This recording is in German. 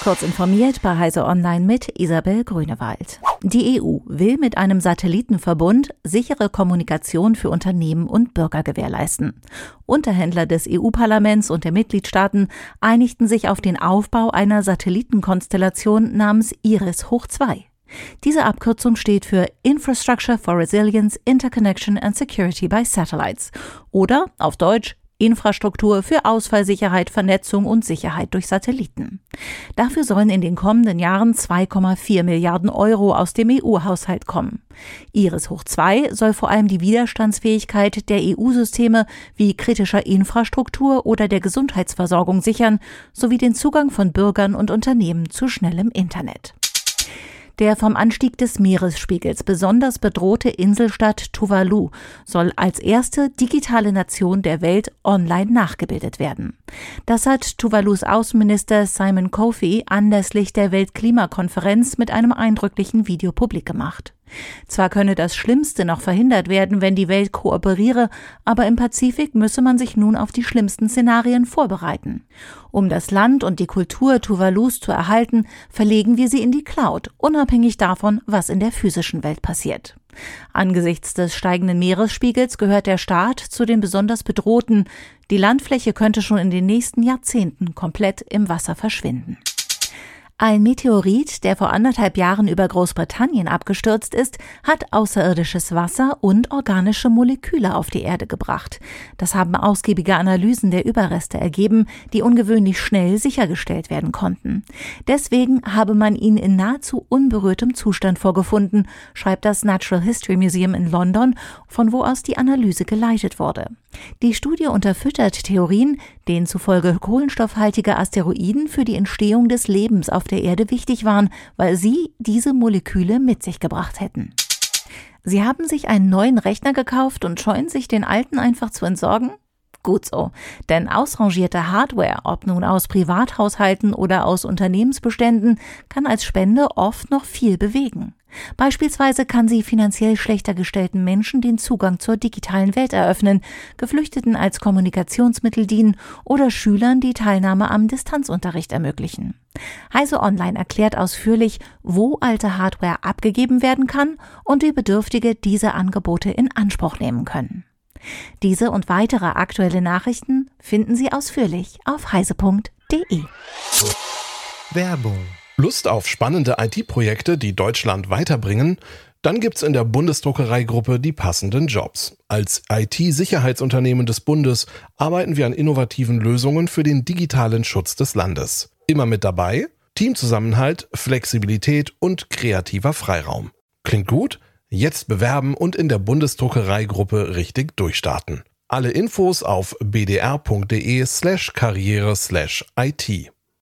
Kurz informiert bei Heise Online mit Isabel Grünewald. Die EU will mit einem Satellitenverbund sichere Kommunikation für Unternehmen und Bürger gewährleisten. Unterhändler des EU-Parlaments und der Mitgliedstaaten einigten sich auf den Aufbau einer Satellitenkonstellation namens IRIS-2. Diese Abkürzung steht für Infrastructure for Resilience, Interconnection and Security by Satellites oder auf Deutsch Infrastruktur für Ausfallsicherheit, Vernetzung und Sicherheit durch Satelliten. Dafür sollen in den kommenden Jahren 2,4 Milliarden Euro aus dem EU-Haushalt kommen. IRIS-2 soll vor allem die Widerstandsfähigkeit der EU-Systeme wie kritischer Infrastruktur oder der Gesundheitsversorgung sichern, sowie den Zugang von Bürgern und Unternehmen zu schnellem Internet. Der vom Anstieg des Meeresspiegels besonders bedrohte Inselstaat Tuvalu soll als erste digitale Nation der Welt online nachgebildet werden. Das hat Tuvalus Außenminister Simon Kofi anlässlich der Weltklimakonferenz mit einem eindrücklichen Video publik gemacht. Zwar könne das Schlimmste noch verhindert werden, wenn die Welt kooperiere, aber im Pazifik müsse man sich nun auf die schlimmsten Szenarien vorbereiten. Um das Land und die Kultur Tuvalus zu erhalten, verlegen wir sie in die Cloud, unabhängig davon, was in der physischen Welt passiert. Angesichts des steigenden Meeresspiegels gehört der Staat zu den besonders bedrohten. Die Landfläche könnte schon in den nächsten Jahrzehnten komplett im Wasser verschwinden. Ein Meteorit, der vor 1,5 Jahren über Großbritannien abgestürzt ist, hat außerirdisches Wasser und organische Moleküle auf die Erde gebracht. Das haben ausgiebige Analysen der Überreste ergeben, die ungewöhnlich schnell sichergestellt werden konnten. Deswegen habe man ihn in nahezu unberührtem Zustand vorgefunden, schreibt das Natural History Museum in London, von wo aus die Analyse geleitet wurde. Die Studie unterfüttert Theorien, denen zufolge kohlenstoffhaltige Asteroiden für die Entstehung des Lebens auf der Erde wichtig waren, weil sie diese Moleküle mit sich gebracht hätten. Sie haben sich einen neuen Rechner gekauft und scheuen sich, den alten einfach zu entsorgen? Gut so, denn ausrangierte Hardware, ob nun aus Privathaushalten oder aus Unternehmensbeständen, kann als Spende oft noch viel bewegen. Beispielsweise kann sie finanziell schlechter gestellten Menschen den Zugang zur digitalen Welt eröffnen, Geflüchteten als Kommunikationsmittel dienen oder Schülern die Teilnahme am Distanzunterricht ermöglichen. Heise Online erklärt ausführlich, wo alte Hardware abgegeben werden kann und wie Bedürftige diese Angebote in Anspruch nehmen können. Diese und weitere aktuelle Nachrichten finden Sie ausführlich auf heise.de. Werbung. Lust auf spannende IT-Projekte, die Deutschland weiterbringen? Dann gibt's in der Bundesdruckereigruppe die passenden Jobs. Als IT-Sicherheitsunternehmen des Bundes arbeiten wir an innovativen Lösungen für den digitalen Schutz des Landes. Immer mit dabei? Teamzusammenhalt, Flexibilität und kreativer Freiraum. Klingt gut? Jetzt bewerben und in der Bundesdruckereigruppe richtig durchstarten. Alle Infos auf bdr.de/karriere/IT.